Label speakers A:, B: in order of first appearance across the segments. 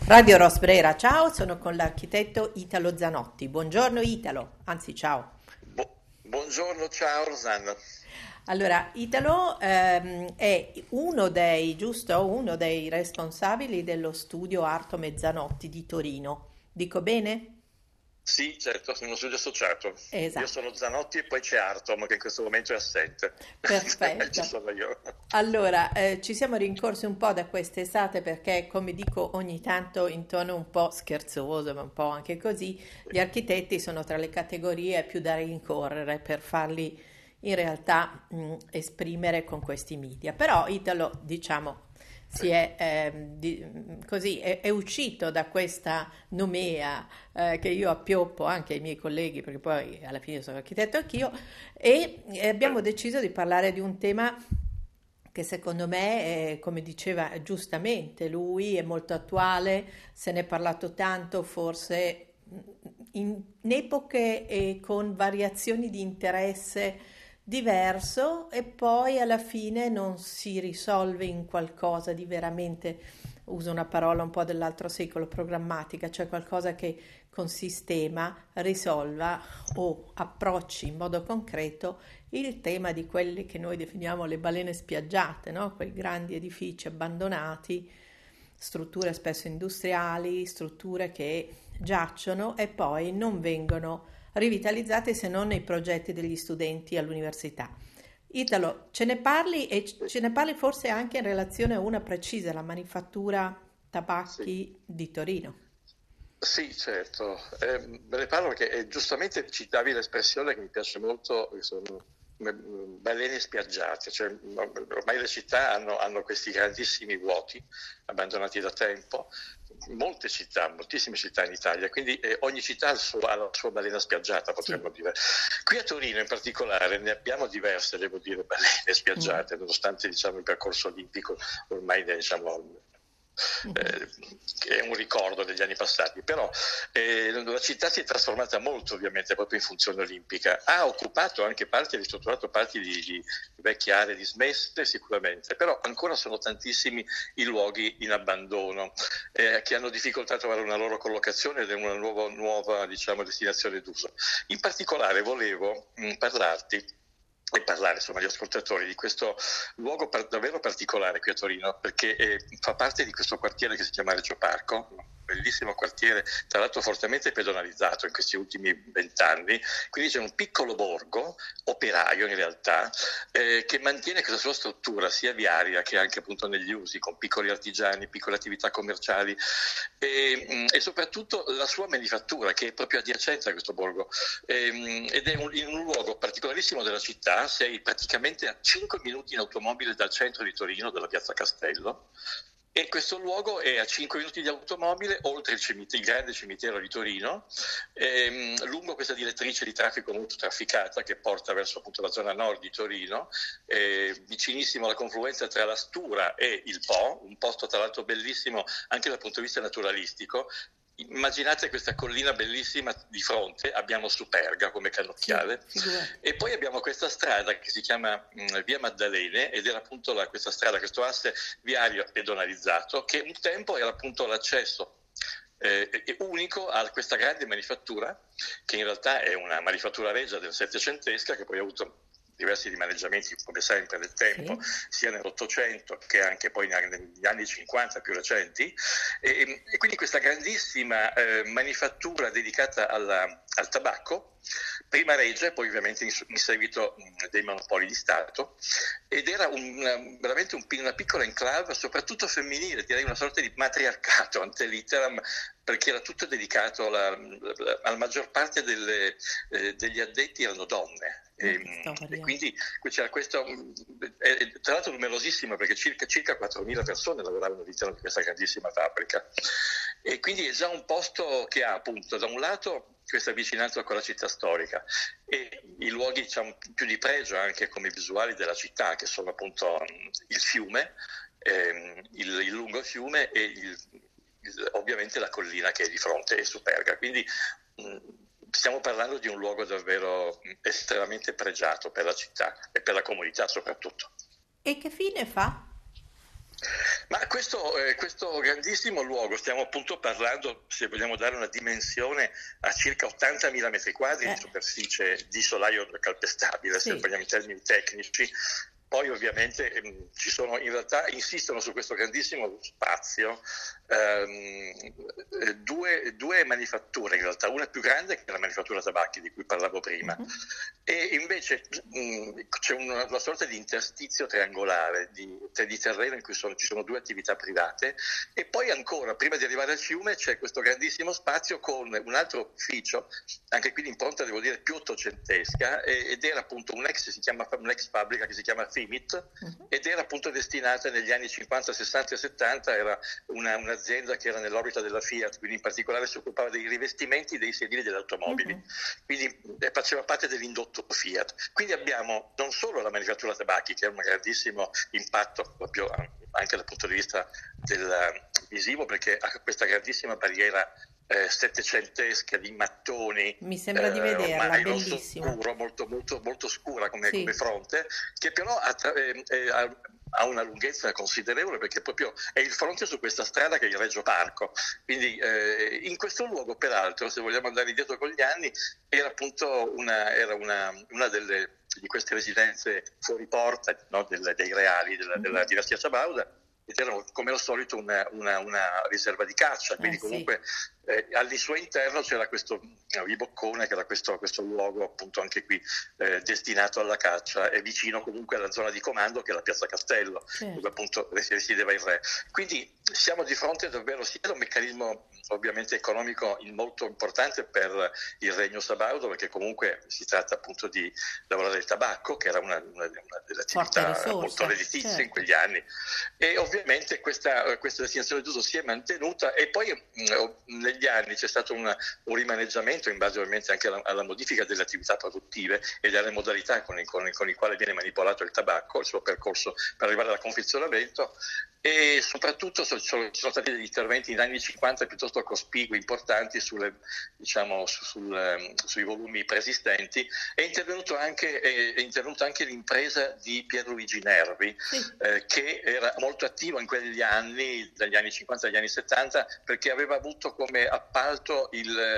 A: Radio Rosbrera, ciao, sono con l'architetto Italo Zanotti. Buongiorno Italo, anzi ciao.
B: Buongiorno, ciao Rosanna.
A: Allora, Italo è uno dei responsabili dello studio Arto Mezzanotti di Torino. Dico bene?
B: Sì, certo, sono uno studio associato. Io
A: Esatto,
B: sono Zanotti e poi c'è Artom che in questo momento è assente. Ci
A: perfetto.
B: sono io.
A: Allora, ci siamo rincorsi un po' da quest'estate perché, come dico ogni tanto in tono un po' scherzoso, ma un po' anche così, gli architetti sono tra le categorie più da rincorrere per farli in realtà esprimere con questi media. Però Italo, diciamo,
B: Sì.
A: è uscito da questa nomea che io appioppo anche ai miei colleghi, perché poi alla fine sono architetto anch'io, e abbiamo deciso di parlare di un tema che secondo me, come diceva giustamente lui, è molto attuale, se ne è parlato tanto, forse in epoche e con variazioni di interesse diverso e poi alla fine non si risolve in qualcosa di veramente, uso una parola un po' dell'altro secolo, programmatica, cioè qualcosa che con sistema risolva o approcci in modo concreto il tema di quelli che noi definiamo le balene spiaggiate, no? Quei grandi edifici abbandonati, strutture spesso industriali, strutture che giacciono e poi non vengono rivitalizzate se non nei progetti degli studenti all'università. Italo, ce ne parli e ce ne parli forse anche in relazione a una precisa, la manifattura
B: Sì.
A: tabacchi di Torino.
B: Sì, certo. Me ne parlo perché giustamente citavi l'espressione che mi piace molto, che sono balene spiaggiate, cioè ormai le città hanno questi grandissimi vuoti abbandonati da tempo, molte città, moltissime città in Italia, quindi ogni città ha la sua balena spiaggiata,
A: Sì.
B: potremmo dire. Qui a Torino in particolare ne abbiamo diverse, devo dire, balene
A: Mm.
B: spiaggiate, nonostante diciamo, il percorso olimpico ormai diciamo,
A: Mhm.
B: eh, che è un ricordo degli anni passati, però la città si è trasformata molto ovviamente proprio in funzione olimpica, ha occupato anche parti, ha ristrutturato parti di vecchie aree dismesse sicuramente, però ancora sono tantissimi i luoghi in abbandono che hanno difficoltà a trovare una loro collocazione ed è una nuova diciamo, destinazione d'uso. In particolare volevo parlarti e parlare insomma agli ascoltatori di questo luogo davvero particolare qui a Torino, perché fa parte di questo quartiere che si chiama Reggio Parco, un bellissimo quartiere, tra l'altro fortemente pedonalizzato in questi ultimi 20 anni, quindi c'è un piccolo borgo, operaio in realtà, che mantiene questa sua struttura sia viaria che anche appunto negli usi, con piccoli artigiani, piccole attività commerciali e soprattutto la sua manifattura che è proprio adiacente a questo borgo ed è in un luogo particolarissimo della città, sei praticamente a 5 minuti in automobile dal centro di Torino, dalla piazza Castello, e questo luogo è a 5 minuti di automobile oltre il grande cimitero di Torino, lungo questa direttrice di traffico molto trafficata che porta verso appunto la zona nord di Torino, vicinissimo alla confluenza tra la Stura e il Po, un posto tra l'altro bellissimo anche dal punto di vista naturalistico. Immaginate questa collina bellissima di fronte, abbiamo Superga come
A: Sì,
B: cannocchiale
A: figurati.
B: e poi abbiamo questa strada che si chiama Via Maddalene ed era appunto questa strada, questo asse viario pedonalizzato che un tempo era appunto l'accesso unico a questa grande manifattura che in realtà è una manifattura regia del settecentesca che poi ha avuto diversi rimaneggiamenti come sempre nel tempo,
A: Sì,
B: sia nell'Ottocento che anche poi negli anni 50 più recenti, e quindi questa grandissima manifattura dedicata al tabacco, prima regia e poi ovviamente in seguito dei monopoli di Stato, ed era veramente una piccola enclave, soprattutto femminile, direi una sorta di matriarcato ante litteram, perché era tutto dedicato alla maggior parte degli addetti erano donne.
A: ma che
B: E
A: storia.
B: quindi c'era questo, tra l'altro numerosissimo perché circa 4.000 persone lavoravano all'interno di questa grandissima fabbrica. E quindi è già un posto che ha appunto da un lato questa vicinanza con la città storica e i luoghi diciamo, più di pregio anche come visuali della città che sono appunto il fiume, il lungo fiume e ovviamente la collina che è di fronte è Superga. Quindi mh, stiamo parlando di un luogo davvero estremamente pregiato per la città e per la comunità soprattutto.
A: E che fine fa?
B: Ma questo grandissimo luogo, stiamo appunto parlando, se vogliamo dare una dimensione, a circa 80.000 metri quadri di
A: Eh,
B: superficie di solaio calpestabile, se
A: sì.
B: vogliamo in termini tecnici. Poi ovviamente ci sono, in realtà insistono su questo grandissimo spazio due manifatture in realtà, una più grande che è la manifattura tabacchi di cui parlavo prima,
A: Mhm.
B: e invece c'è una sorta di interstizio triangolare di terreno in cui ci sono due attività private, e poi ancora, prima di arrivare al fiume, c'è questo grandissimo spazio con un altro ufficio, anche qui l'impronta devo dire più ottocentesca, ed era appunto un'ex fabbrica che si chiama Fimit,
A: Mhm.
B: ed era appunto destinata negli anni 50, 60 e 70, era un'azienda che era nell'orbita della Fiat, quindi in particolare si occupava dei rivestimenti dei sedili delle automobili,
A: Mhm.
B: quindi faceva parte dell'indotto Fiat. Quindi abbiamo non solo la manifattura tabacchi, che ha un grandissimo impatto proprio anche dal punto di vista visivo, perché ha questa grandissima barriera settecentesca di mattoni,
A: Mi sembra di vederla,
B: ormai rosso
A: bellissima.
B: scuro, molto, molto, molto scura come
A: Sì.
B: fronte, che però ha una lunghezza considerevole, perché proprio è il fronte su questa strada che è il Regio Parco. Quindi in questo luogo, peraltro, se vogliamo andare indietro con gli anni, era appunto di queste residenze fuori porta, no, dei reali della
A: Mhm.
B: dinastia Sabauda, ed era come al solito una riserva di caccia, quindi
A: Sì.
B: comunque al suo interno c'era questo riboccone, che era questo luogo appunto anche qui destinato alla caccia, e vicino comunque alla zona di comando, che è la piazza Castello, dove
A: Certo.
B: appunto risiedeva il re. Quindi siamo di fronte davvero sia a un meccanismo ovviamente economico molto importante per il regno sabaudo, perché comunque si tratta appunto di lavorare il tabacco, che era una delle
A: Forte
B: attività molto
A: risorsa,
B: redditizie in
A: certo.
B: quegli anni, e ovviamente questa destinazione d'uso si è mantenuta, e poi negli anni c'è stato un rimaneggiamento in base ovviamente anche alla modifica delle attività produttive e delle modalità con i quali viene manipolato il tabacco, il suo percorso per arrivare al confezionamento, e soprattutto ci sono stati degli interventi negli anni 50 piuttosto cospicui, importanti diciamo, sui volumi preesistenti. È intervenuta anche l'impresa di Pierluigi Nervi,
A: Sì.
B: che era molto attivo in quegli anni, dagli anni 50 agli anni 70, perché aveva avuto come appalto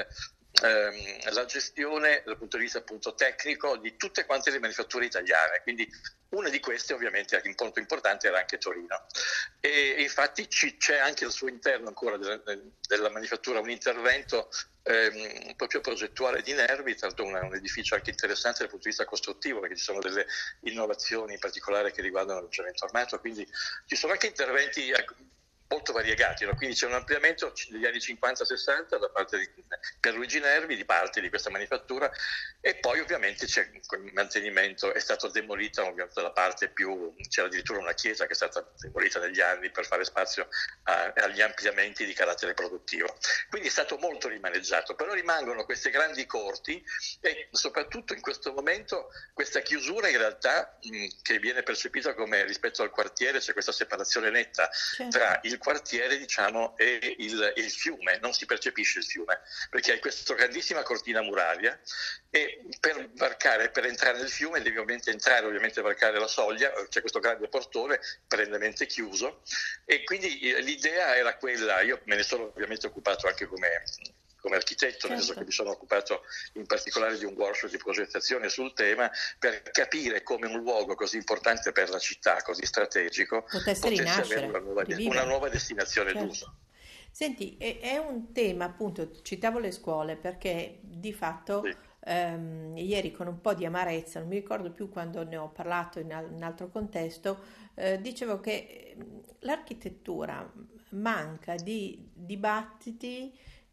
B: la gestione dal punto di vista appunto tecnico di tutte quante le manifatture italiane, quindi una di queste ovviamente molto importante era anche Torino, e infatti c'è anche al suo interno ancora della manifattura un intervento proprio progettuale di Nervi, tanto un edificio anche interessante dal punto di vista costruttivo, perché ci sono delle innovazioni in particolare che riguardano il cemento armato, quindi ci sono anche interventi molto variegati, no? Quindi c'è un ampliamento negli anni 50-60 da parte di Pierluigi Nervi, di parte di questa manifattura, e poi ovviamente c'è il mantenimento, è stata demolita ovviamente la parte più, c'era addirittura una chiesa che è stata demolita negli anni per fare spazio agli ampliamenti di carattere produttivo. Quindi è stato molto rimaneggiato, però rimangono queste grandi corti, e soprattutto in questo momento questa chiusura in realtà che viene percepita come, rispetto al quartiere, c'è questa separazione netta
A: Certo.
B: tra il quartiere, diciamo, e il fiume. Non si percepisce il fiume, perché hai questa grandissima cortina muraria, e per entrare nel fiume devi ovviamente varcare la soglia, c'è questo grande portone perennemente chiuso, e quindi l'idea era quella. Io me ne sono ovviamente occupato anche come architetto, nel senso che
A: Certo.
B: mi sono occupato in particolare di un workshop di progettazione sul tema, per capire come un luogo così importante per la città, così strategico,
A: Potesse
B: potesse avere
A: rinascere,
B: una
A: rivivere.
B: nuova destinazione
A: Certo.
B: d'uso.
A: Senti, è un tema, appunto, citavo le scuole perché di fatto
B: Sì,
A: ieri con un po' di amarezza, non mi ricordo più quando ne ho parlato in altro contesto, dicevo che l'architettura manca di dibattiti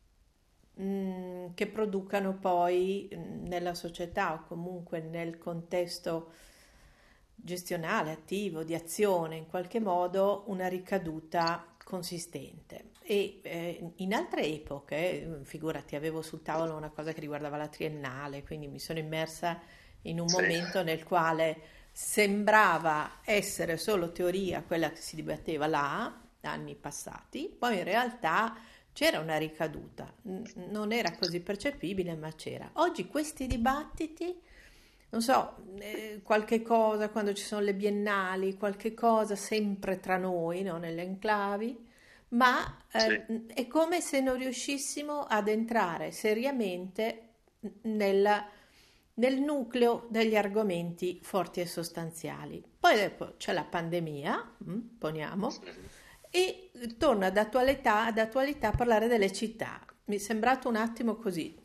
A: che producano poi nella società o comunque nel contesto gestionale, attivo, di azione, in qualche modo una ricaduta consistente. E in altre epoche, figurati, avevo sul tavolo una cosa che riguardava la triennale, quindi mi sono immersa in un
B: sì.
A: momento nel quale sembrava essere solo teoria quella che si dibatteva là, anni passati, poi in realtà c'era una ricaduta, non era così percepibile, ma c'era. Oggi questi dibattiti non so, qualche cosa quando ci sono le biennali, qualche cosa sempre tra noi, no? Nelle enclavi, ma
B: Sì.
A: è come se non riuscissimo ad entrare seriamente nel, nel nucleo degli argomenti forti e sostanziali. Poi dopo c'è la pandemia, poniamo,
B: Mhm.
A: e torna ad attualità a parlare delle città. Mi è sembrato un attimo così.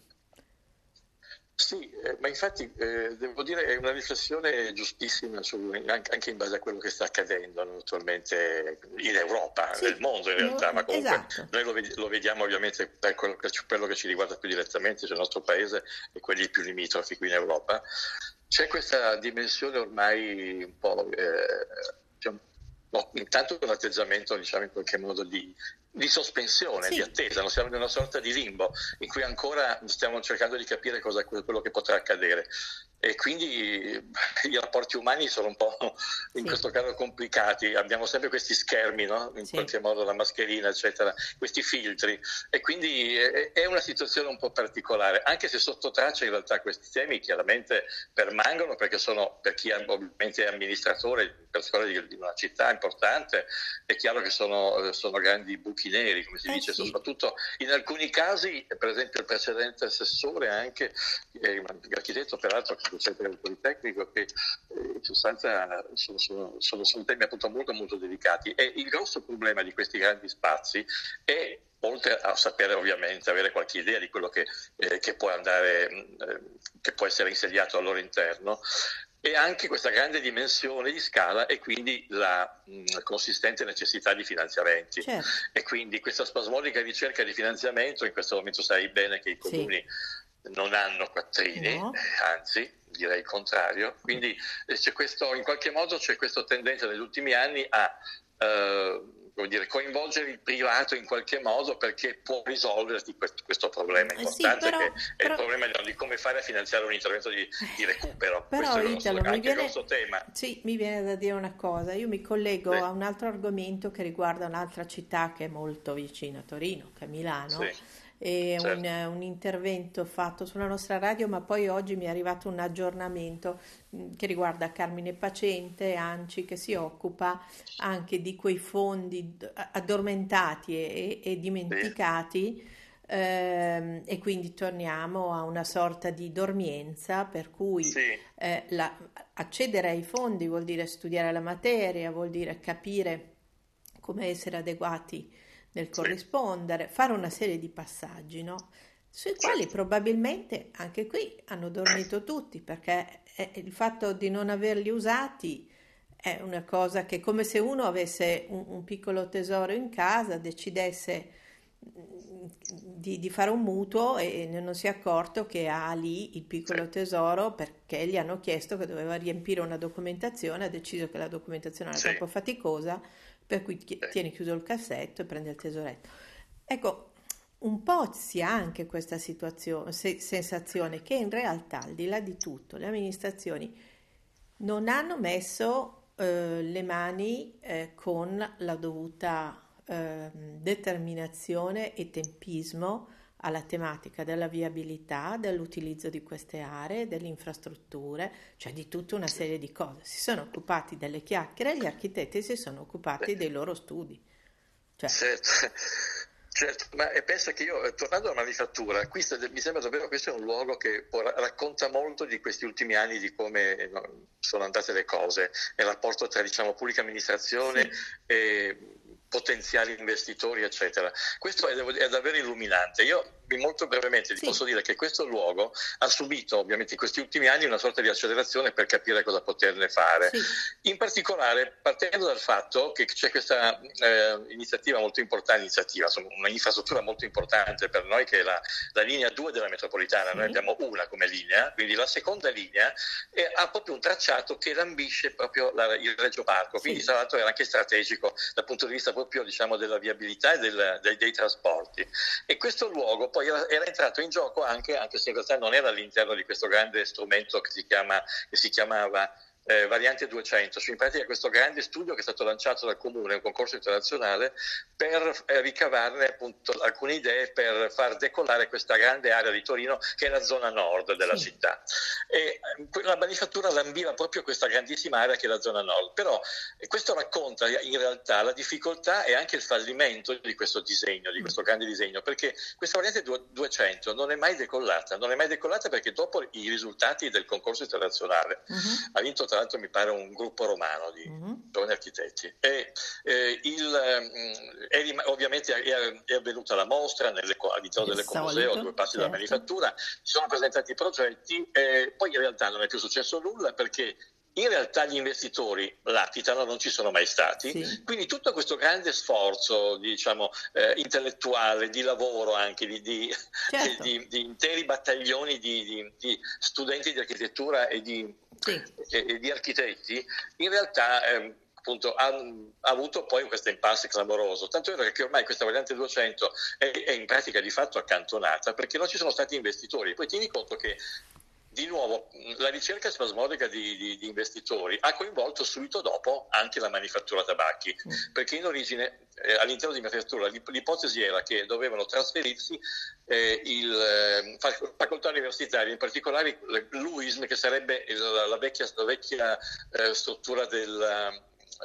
B: Sì, ma infatti devo dire è una riflessione giustissima anche in base a quello che sta accadendo, no, attualmente in Europa, nel
A: Sì,
B: mondo in realtà, ma comunque
A: esatto.
B: noi lo vediamo ovviamente per quello che ci riguarda più direttamente, cioè il nostro paese e quelli più limitrofi qui in Europa. C'è questa dimensione ormai un po', diciamo, no, intanto un atteggiamento, diciamo, in qualche modo di sospensione, di
A: Sì,
B: attesa, no? Siamo in una sorta di limbo in cui ancora stiamo cercando di capire quello che potrà accadere. E quindi i rapporti umani sono un po' in
A: sì,
B: questo caso complicati, abbiamo sempre questi schermi, no? In
A: sì.
B: qualche modo la mascherina, eccetera, questi filtri, e quindi è una situazione un po' particolare, anche se sotto traccia in realtà questi temi chiaramente permangono perché sono, per chi ovviamente è amministratore, persone di una città importante, è chiaro che sono grandi buchi neri, come si
A: Eh
B: dice,
A: sì,
B: soprattutto in alcuni casi, per esempio il precedente assessore anche, un architetto peraltro docente del Politecnico, che in sostanza sono temi appunto molto molto delicati, e il grosso problema di questi grandi spazi è, oltre a sapere ovviamente, avere qualche idea di quello che può andare, che può essere insediato al loro interno, e anche questa grande dimensione di scala e quindi la consistente necessità di finanziamenti.
A: certo,
B: E quindi questa spasmodica ricerca di finanziamento, in questo momento sai bene che i
A: sì,
B: comuni non hanno quattrini,
A: no,
B: anzi direi il contrario, quindi c'è questo, in qualche modo c'è questa tendenza negli ultimi anni a come dire, coinvolgere il privato in qualche modo perché può risolverti questo problema
A: sì,
B: importante, che è il problema di come fare a finanziare un intervento di recupero.
A: però
B: Questo è
A: Italo,
B: anche il grosso tema.
A: sì, mi viene da dire una cosa. Io mi collego
B: Sì,
A: a un altro argomento che riguarda un'altra città che è molto vicina a Torino, che è
B: sì,
A: Milano. E
B: certo,
A: un intervento fatto sulla nostra radio, ma poi oggi mi è arrivato un aggiornamento che riguarda Carmine Pacente, ANCI, che si occupa anche di quei fondi addormentati e
B: sì,
A: dimenticati. E quindi torniamo a una sorta di dormienza per cui
B: sì,
A: accedere ai fondi vuol dire studiare la materia, vuol dire capire come essere adeguati nel
B: sì,
A: corrispondere, fare una serie di passaggi, no? Sui quali
B: certo.
A: probabilmente anche qui hanno dormito tutti, perché il fatto di non averli usati è una cosa che è come se uno avesse un piccolo tesoro in casa, decidesse di fare un mutuo e non si è accorto che ha lì il
B: Sì,
A: piccolo tesoro perché gli hanno chiesto che doveva riempire una documentazione, ha deciso che la documentazione era
B: sì,
A: troppo faticosa, per cui
B: sì,
A: tiene chiuso il cassetto e prende il tesoretto. Ecco, un po' si ha anche questa situazione, sensazione che in realtà, al di là di tutto, le amministrazioni non hanno messo le mani con la dovuta determinazione e tempismo alla tematica della viabilità, dell'utilizzo di queste aree, delle infrastrutture, cioè di tutta una
B: sì,
A: serie di cose. Si sono occupati delle chiacchiere, gli architetti si sono
B: sì.
A: occupati dei loro studi. Cioè,
B: Certo, certo, ma pensa che io, tornando alla manifattura, mi sembra davvero questo è un luogo che racconta molto di questi ultimi anni, di come no, sono andate le cose, nel rapporto tra, diciamo, pubblica amministrazione
A: sì,
B: e potenziali investitori, eccetera. Questo è davvero illuminante. Io molto brevemente ti posso
A: sì,
B: dire che questo luogo ha subito, ovviamente, in questi ultimi anni una sorta di accelerazione per capire cosa poterne fare.
A: sì,
B: In particolare, partendo dal fatto che c'è questa iniziativa molto importante, insomma, una infrastruttura molto importante per noi, che è la linea 2 della metropolitana. Noi
A: sì,
B: abbiamo una come linea, quindi la seconda linea ha proprio un tracciato che lambisce proprio il Regio Parco, quindi
A: sì,
B: tra l'altro era anche strategico dal punto di vista proprio, diciamo, della viabilità e dei trasporti. E questo luogo poi era entrato in gioco anche se in realtà non era all'interno di questo grande strumento che si chiamava Variante 200, cioè in pratica questo grande studio che è stato lanciato dal Comune, un concorso internazionale, per ricavarne appunto alcune idee per far decollare questa grande area di Torino che è la zona nord della
A: Sì.
B: città. E la manifattura lambiva proprio questa grandissima area che è la zona nord, però questo racconta in realtà la difficoltà e anche il fallimento di questo disegno, di questo grande disegno, perché questa variante 200 non è mai decollata perché dopo i risultati del concorso internazionale ha vinto tra l'altro mi pare un gruppo romano di giovani architetti e ovviamente è avvenuta la mostra all'interno
A: Il
B: dell'Ecomuseo,
A: solito,
B: 2 passi dalla
A: certo.
B: manifattura, si sono presentati i progetti e poi in realtà non è più successo nulla perché in realtà gli investitori latitano, non ci sono mai stati,
A: Sì.
B: quindi tutto questo grande sforzo, diciamo, intellettuale, di lavoro anche,
A: Certo.
B: di interi battaglioni di studenti di architettura e
A: Sì.
B: di architetti, in realtà appunto ha avuto poi questo impasse clamoroso, tanto è vero che ormai questa variante 200 è in pratica di fatto accantonata perché non ci sono stati investitori. Poi tieni conto che di nuovo la ricerca spasmodica di investitori ha coinvolto subito dopo anche la manifattura tabacchi, perché in origine all'interno di manifattura l'ipotesi era che dovevano trasferirsi facoltà universitarie, in particolare l'UISM, che sarebbe la vecchia struttura del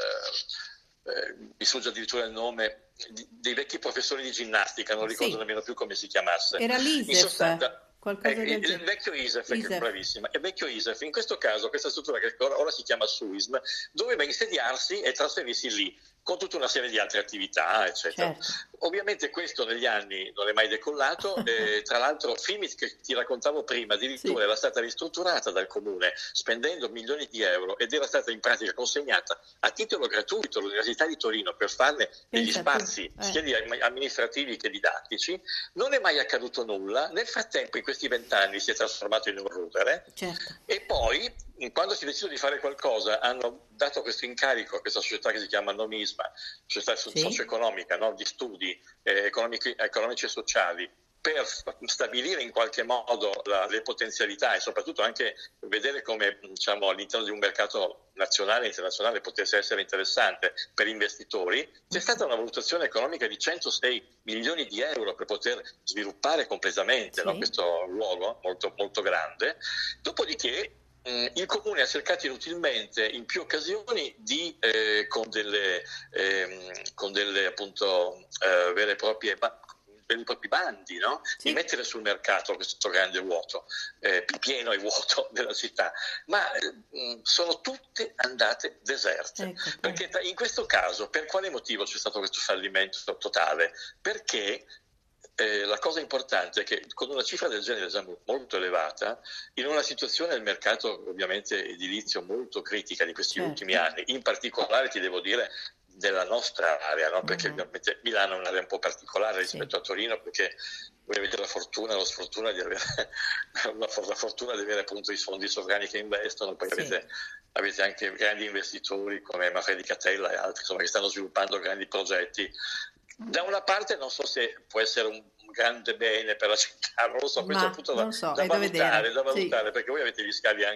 B: mi sfugge addirittura il nome dei vecchi professori di ginnastica, non ricordo
A: Sì.
B: nemmeno più come si chiamasse.
A: Era
B: In
A: l'ISEF,
B: sostanza
A: qualcosa del
B: il
A: genere.
B: vecchio ISEF,
A: ISEF.
B: bravissima, il vecchio ISEF, in questo caso questa struttura che ora si chiama SUISM, doveva insediarsi e trasferirsi lì, con tutta una serie di altre attività, eccetera.
A: Certo.
B: Ovviamente questo negli anni non è mai decollato, tra l'altro FIMIT, che ti raccontavo prima, addirittura
A: Sì.
B: era stata ristrutturata dal Comune spendendo milioni di euro ed era stata in pratica consegnata a titolo gratuito all'Università di Torino per farne degli
A: Pensa tu.
B: spazi sia amministrativi che didattici. Non è mai accaduto nulla. Nel frattempo, in questi 20 anni si è trasformato in un rudere.
A: Certo.
B: E poi, quando si è deciso di fare qualcosa, hanno dato questo incarico a questa società che si chiama Nomisma, società socio-economica, no? Di studi economici e sociali, per stabilire in qualche modo le potenzialità e soprattutto anche vedere come, diciamo, all'interno di un mercato nazionale e internazionale potesse essere interessante per investitori. C'è stata una valutazione economica di 106 milioni di euro per poter sviluppare completamente questo luogo molto, molto grande. Dopodiché il Comune ha cercato inutilmente in più occasioni di con delle appunto veri e propri bandi, no? Di mettere sul mercato questo grande vuoto, pieno e vuoto della città, ma sono tutte andate deserte.
A: Ecco.
B: Perché in questo caso, per quale motivo c'è stato questo fallimento totale? Perché la cosa importante è che con una cifra del genere già molto elevata, in una situazione del mercato ovviamente edilizio molto critica di questi ultimi anni, in particolare ti devo dire della nostra area, no? Perché ovviamente Milano è un'area un po' particolare rispetto a Torino, perché voi avete la fortuna o la sfortuna di avere la fortuna di avere appunto i fondi sovrani che investono, poi avete anche grandi investitori come Manfredi Catella e altri, insomma, che stanno sviluppando grandi progetti. Da una parte non so se può essere un grande bene per la città, non lo so, questo è appunto da valutare, perché voi avete gli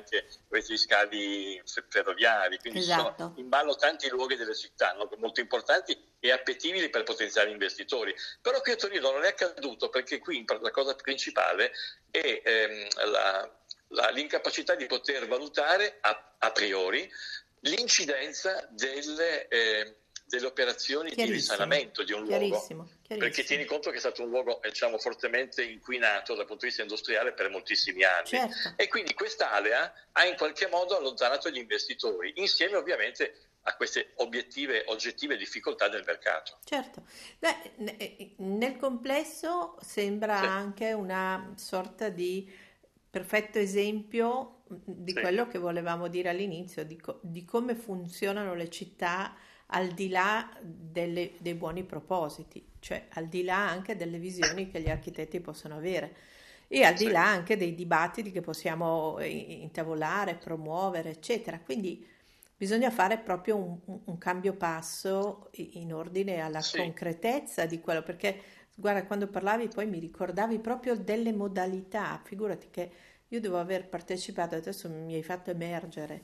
B: scavi ferroviari, quindi ci sono in ballo tanti luoghi delle città, no? Molto importanti e appetibili per potenziali investitori. Però qui a Torino non è accaduto, perché qui la cosa principale è l'incapacità di poter valutare a priori l'incidenza delle operazioni di risanamento di un luogo, perché tieni conto che è stato un luogo, diciamo, fortemente inquinato dal punto di vista industriale per moltissimi anni, e quindi quest'area ha in qualche modo allontanato gli investitori, insieme ovviamente a queste oggettive difficoltà del mercato.
A: Certo. Nel complesso sembra anche una sorta di perfetto esempio di quello che volevamo dire all'inizio, di come funzionano le città al di là dei buoni propositi, cioè al di là anche delle visioni che gli architetti possono avere e al di là anche dei dibattiti che possiamo intavolare, promuovere, eccetera. Quindi bisogna fare proprio un cambio passo in ordine alla concretezza di quello, perché guarda, quando parlavi poi mi ricordavi proprio delle modalità, figurati che io devo aver partecipato, adesso mi hai fatto emergere,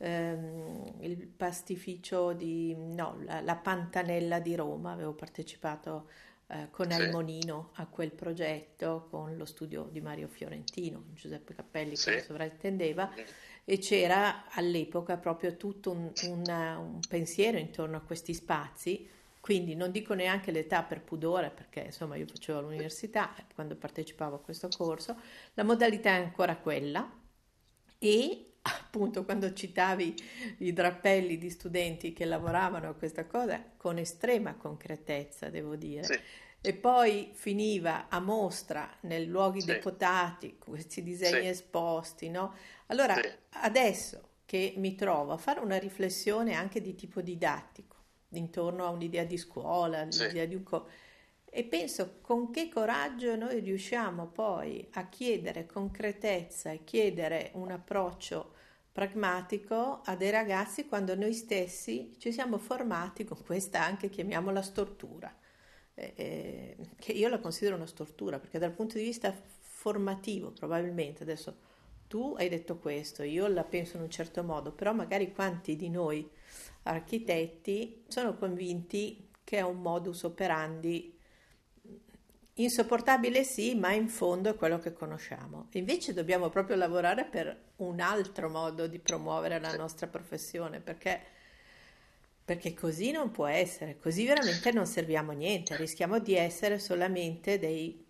A: il pastificio di, no, la Pantanella di Roma, avevo partecipato con
B: sì,
A: Almonino a quel progetto, con lo studio di Mario Fiorentino, Giuseppe Cappelli che
B: sì,
A: lo sovrintendeva,
B: mhm,
A: e c'era all'epoca proprio tutto un pensiero intorno a questi spazi, quindi non dico neanche l'età per pudore, perché insomma io facevo l'università quando partecipavo a questo corso, la modalità è ancora quella e appunto quando citavi i drappelli di studenti che lavoravano a questa cosa con estrema concretezza, devo dire,
B: sì,
A: e poi finiva a mostra nei luoghi
B: sì,
A: deputati, questi
B: sì,
A: disegni esposti, no?
B: sì,
A: Allora, adesso che mi trovo a fare una riflessione anche di tipo didattico, intorno a un'idea di scuola,
B: sì,
A: l'idea di e penso con che coraggio noi riusciamo poi a chiedere concretezza e chiedere un approccio pragmatico a dei ragazzi quando noi stessi ci siamo formati con questa anche, chiamiamola, stortura, che io la considero una stortura perché dal punto di vista formativo probabilmente adesso tu hai detto questo, io la penso in un certo modo, però magari quanti di noi architetti sono convinti che è un modus operandi insopportabile sì, ma in fondo è quello che conosciamo. Invece dobbiamo proprio lavorare per un altro modo di promuovere la
B: sì.
A: nostra professione, perché così non può essere, così veramente non serviamo a niente, rischiamo di essere solamente dei,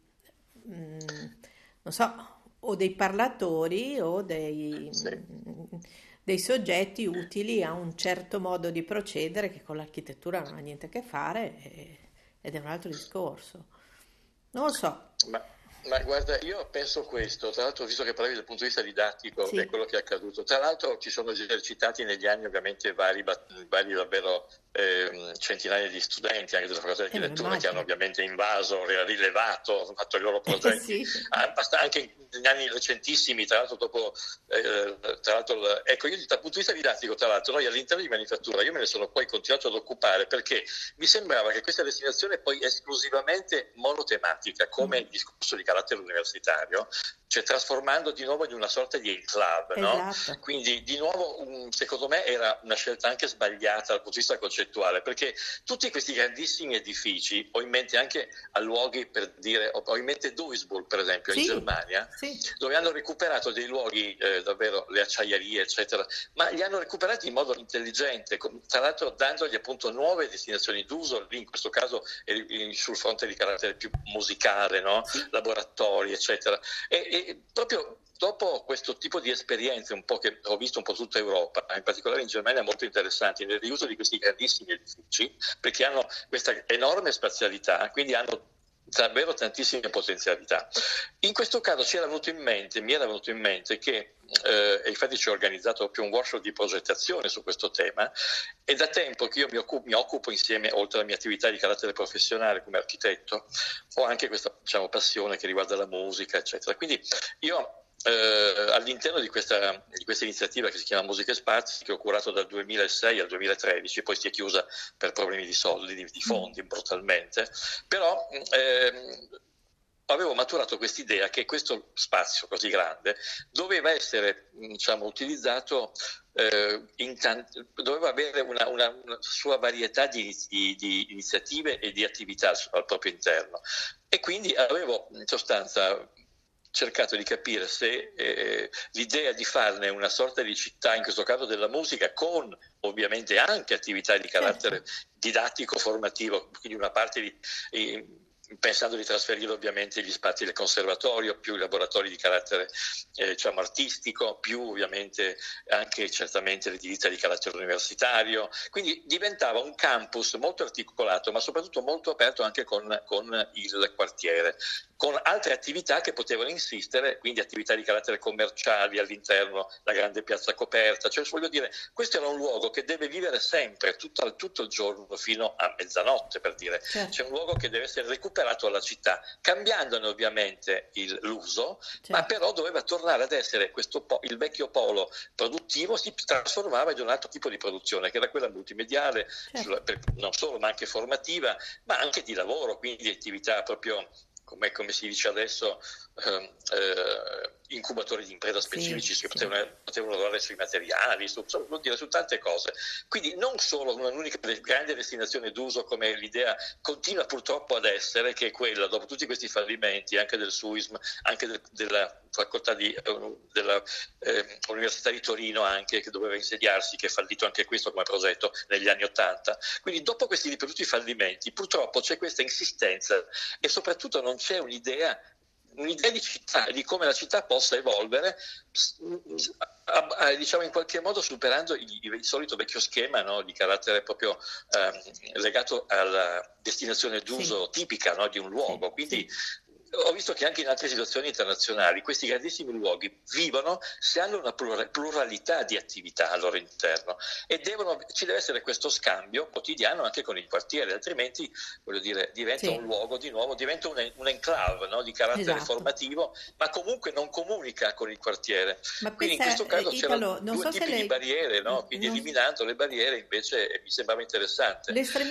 A: non so, o dei parlatori o
B: Sì.
A: dei soggetti utili a un certo modo di procedere che con l'architettura non ha niente a che fare ed è un altro discorso. Non lo so.
B: Ma, ma guarda, io penso questo, tra l'altro visto che parlavi dal punto di vista didattico è
A: Sì,
B: quello che è accaduto, tra l'altro ci sono esercitati negli anni ovviamente vari davvero centinaia di studenti anche della facoltà di
A: me lo
B: architettura che hanno
A: immagino.
B: ovviamente invaso, rilevato, hanno fatto i loro progetti,
A: Sì,
B: anche negli anni recentissimi, tra l'altro dopo, tra l'altro, ecco io dal punto di vista didattico tra l'altro noi all'interno di manifattura io me ne sono poi continuato ad occupare perché mi sembrava che questa destinazione poi esclusivamente monotematica, come il discorso di carattere universitario, cioè trasformando di nuovo in una sorta di enclave, no?
A: esatto.
B: Quindi di nuovo secondo me era una scelta anche sbagliata dal punto di vista concettuale, perché tutti questi grandissimi edifici, ho in mente anche a luoghi per dire, ho in mente Duisburg per esempio in
A: Sì,
B: Germania,
A: sì,
B: dove hanno recuperato dei luoghi davvero le acciaierie eccetera, ma li hanno recuperati in modo intelligente, tra l'altro dandogli appunto nuove destinazioni d'uso, lì in questo caso sul fronte di carattere più musicale, no?
A: sì.
B: Laboratori eccetera, e proprio dopo questo tipo di esperienze un po' che ho visto un po' tutta Europa, in particolare in Germania molto interessanti nel riuso di questi grandissimi edifici, perché hanno questa enorme spazialità, quindi hanno davvero tantissime potenzialità. In questo caso mi era venuto in mente che, e infatti ci ho organizzato più un workshop di progettazione su questo tema, è da tempo che io mi occupo insieme, oltre alla mia attività di carattere professionale come architetto, ho anche questa diciamo, passione che riguarda la musica, eccetera. Quindi io all'interno di questa iniziativa che si chiama Musica e Spazi, che ho curato dal 2006 al 2013, poi si è chiusa per problemi di soldi, di
A: Mm.
B: fondi brutalmente, però avevo maturato quest'idea che questo spazio così grande doveva essere diciamo, utilizzato, doveva avere una sua varietà di iniziative e di attività al proprio interno. E quindi avevo in sostanza cercato di capire se l'idea di farne una sorta di città, in questo caso della musica, con ovviamente anche attività di
A: Certo,
B: carattere didattico, formativo, quindi una parte pensando di trasferire ovviamente gli spazi del conservatorio, più i laboratori di carattere diciamo artistico, più ovviamente anche certamente l'edilizia di carattere universitario, quindi diventava un campus molto articolato ma soprattutto molto aperto anche con il quartiere, con altre attività che potevano insistere, quindi attività di carattere commerciali all'interno, la grande piazza coperta, cioè voglio dire, questo era un luogo che deve vivere sempre, tutto il giorno fino a mezzanotte per dire, c'è
A: certo,
B: un luogo che deve essere recuperato alla città, cambiandone ovviamente l'uso, ma
A: certo,
B: però doveva tornare ad essere il vecchio polo produttivo, si trasformava in un altro tipo di produzione, che era quella multimediale,
A: certo.
B: non solo ma anche formativa, ma anche di lavoro, quindi di attività proprio come si dice adesso, incubatori di impresa specifici che
A: sì.
B: potevano lavorare sui materiali, vuol dire su tante cose. Quindi non solo un'unica grande destinazione d'uso come l'idea continua purtroppo ad essere, che è quella, dopo tutti questi fallimenti, anche del SUISM, anche della facoltà della Università di Torino anche, che doveva insediarsi, che è fallito anche questo come progetto negli anni '80. Quindi dopo questi ripetuti fallimenti purtroppo c'è questa insistenza e soprattutto non c'è un'idea di città, di come la città possa evolvere, diciamo in qualche modo superando il solito vecchio schema, no, di carattere proprio legato alla destinazione d'uso tipica, no, di un luogo. Quindi ho visto che anche in altre situazioni internazionali questi grandissimi luoghi vivono se hanno una pluralità di attività al loro interno e ci deve essere questo scambio quotidiano anche con il quartiere, altrimenti voglio dire, diventa un luogo di nuovo, diventa un enclave, no, di carattere formativo, ma comunque non comunica con il quartiere. Quindi in questo caso c'erano due tipi di barriere, no? Quindi eliminando le barriere invece mi sembrava interessante.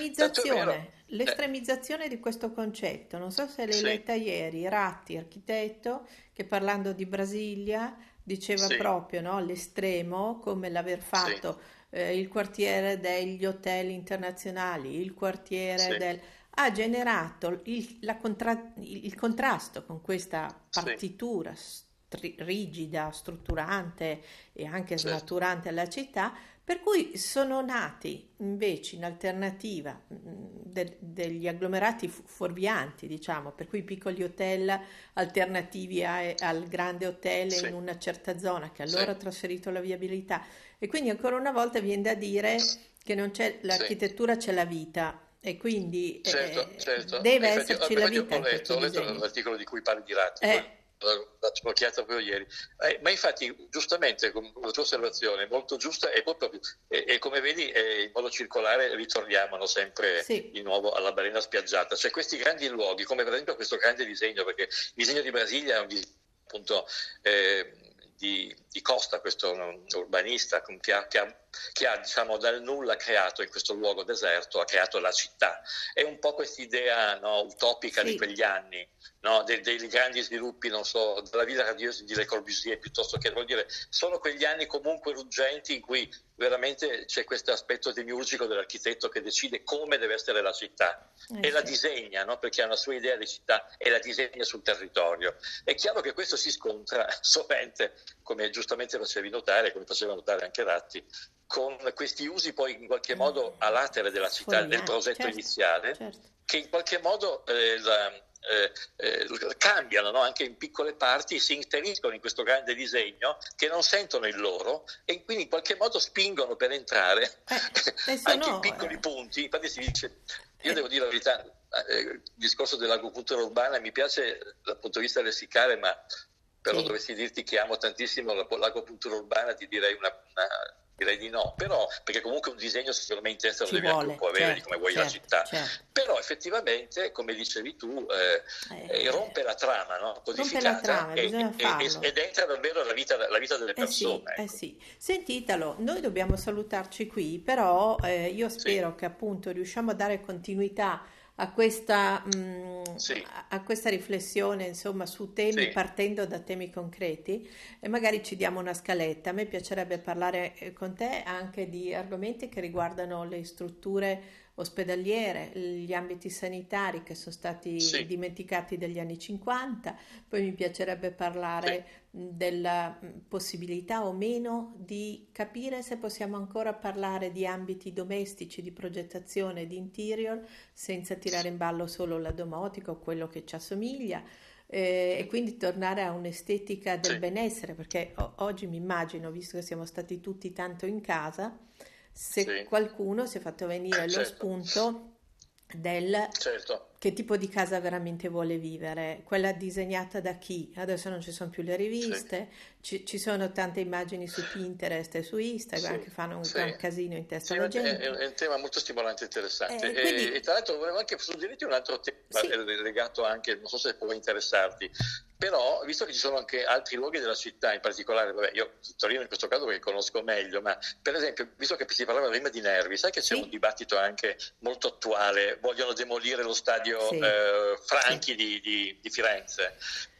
A: L'estremizzazione di questo concetto, non so se l'hai letta ieri, Ratti, architetto, che parlando di Brasilia diceva proprio, no, l'estremo, come l'aver fatto il quartiere degli hotel internazionali, il quartiere ha generato il contrasto con questa partitura rigida, strutturante e anche snaturante alla città, per cui sono nati invece in alternativa degli agglomerati fuorvianti, diciamo, per cui piccoli hotel alternativi al grande hotel in una certa zona che allora ha trasferito la viabilità. E quindi ancora una volta viene da dire che non c'è l'architettura, c'è la vita. E quindi deve esserci la vita.
B: Ho letto l'articolo di cui parli di Ratti. L'ho occhiata proprio ieri, ma infatti giustamente con la tua osservazione molto giusta e come vedi in modo circolare ritorniamo sempre di nuovo alla balena spiaggiata, cioè questi grandi luoghi come per esempio questo grande disegno, perché il disegno di Brasilia è un disegno appunto di Costa, questo urbanista che ha diciamo dal nulla creato in questo luogo deserto, ha creato la città. È un po' quest'idea, no, utopica di quegli anni, no, dei grandi sviluppi, non so, della Villa radiosa di Le Corbusier, piuttosto che, vuol dire, sono quegli anni comunque ruggenti in cui veramente c'è questo aspetto demiurgico dell'architetto che decide come deve essere la città e la disegna, no, perché ha una sua idea di città e la disegna sul territorio. È chiaro che questo si scontra sovente, come giustamente facevi notare, come faceva notare anche Ratti, con questi usi poi in qualche modo a latere della città, del progetto iniziale, che in qualche modo cambiano, no? Anche in piccole parti, si inseriscono in questo grande disegno che non sentono il loro e quindi in qualche modo spingono per entrare anche in piccoli punti. Infatti si dice, io devo dire la verità, il discorso dell'agricoltura urbana mi piace dal punto di vista lessicale, ma però dovessi dirti che amo tantissimo l'agopuntura urbana ti direi direi di no, però perché comunque un disegno secondo me intenso lo devi anche un po' avere di come vuoi la città, però effettivamente come dicevi tu rompe la trama, no? Codificata ed entra davvero la vita delle persone.
A: Senti Italo, noi dobbiamo salutarci qui, però io spero che appunto riusciamo a dare continuità a questa riflessione, insomma, su temi partendo da temi concreti e magari ci diamo una scaletta. A me piacerebbe parlare con te anche di argomenti che riguardano le strutture ospedaliere, gli ambiti sanitari che sono stati dimenticati dagli anni 50, poi mi piacerebbe parlare della possibilità o meno di capire se possiamo ancora parlare di ambiti domestici, di progettazione, di interior, senza tirare in ballo solo la domotica o quello che ci assomiglia, e quindi tornare a un'estetica del benessere, perché oggi mi immagino, visto che siamo stati tutti tanto in casa, se qualcuno si è fatto venire lo spunto del che tipo di casa veramente vuole vivere, quella disegnata da chi? Adesso non ci sono più le riviste, ci sono tante immagini su Pinterest e su Instagram che fanno un gran casino in testa alla gente.
B: È un tema molto stimolante e interessante. E tra l'altro volevo anche suggerirti un altro tema legato anche, non so se può interessarti, però visto che ci sono anche altri luoghi della città, in particolare, io Torino in questo caso perché conosco meglio, ma per esempio visto che si parlava prima di Nervi, sai che c'è un dibattito anche molto attuale, vogliono demolire lo stadio Franchi di Firenze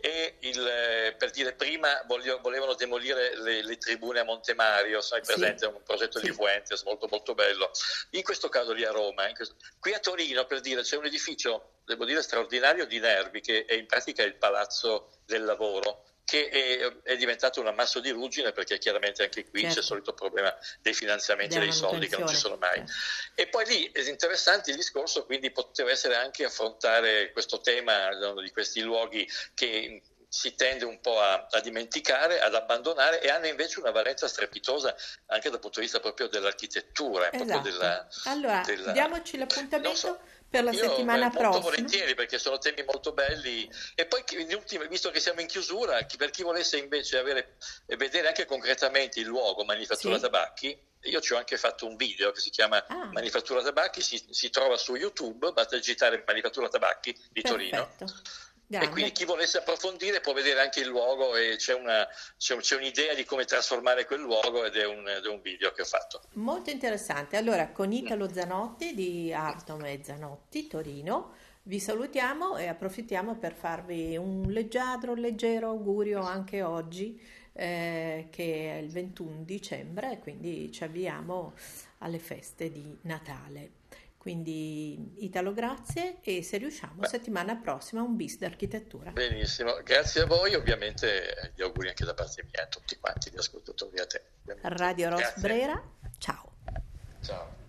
B: e per dire prima volevano demolire le tribune a Montemario, sai presente, un progetto di Fuentes molto molto bello, in questo caso lì a Roma, qui a Torino per dire c'è un edificio, devo dire, straordinario di Nervi, che è in pratica il Palazzo del Lavoro, che è diventato un ammasso di ruggine, perché chiaramente anche qui c'è il solito problema dei finanziamenti e dei soldi che non ci sono mai. E poi lì è interessante il discorso, quindi poteva essere anche affrontare questo tema di questi luoghi che si tende un po' a dimenticare, ad abbandonare, e hanno invece una valenza strepitosa anche dal punto di vista proprio dell'architettura.
A: Esatto. Allora, diamoci l'appuntamento per la settimana prossima.
B: Molto volentieri, perché sono temi molto belli. E poi, visto che siamo in chiusura, per chi volesse invece vedere anche concretamente il luogo Manifattura Tabacchi, io ci ho anche fatto un video che si chiama Manifattura Tabacchi, si trova su YouTube, basta digitare Manifattura Tabacchi di Torino. Grande. E quindi chi volesse approfondire può vedere anche il luogo, e c'è un'idea di come trasformare quel luogo, ed è un video che ho fatto.
A: Molto interessante. Allora, con Italo Zanotti di Artom e Zanotti Torino vi salutiamo e approfittiamo per farvi un leggero augurio anche oggi, che è il 21 dicembre, quindi ci avviamo alle feste di Natale. Quindi Italo, grazie, e se riusciamo settimana prossima un bis d'architettura.
B: Benissimo, grazie a voi, ovviamente gli auguri anche da parte mia a tutti quanti gli ascoltatori, a te.
A: Radio Ros Brera, ciao.
B: Ciao.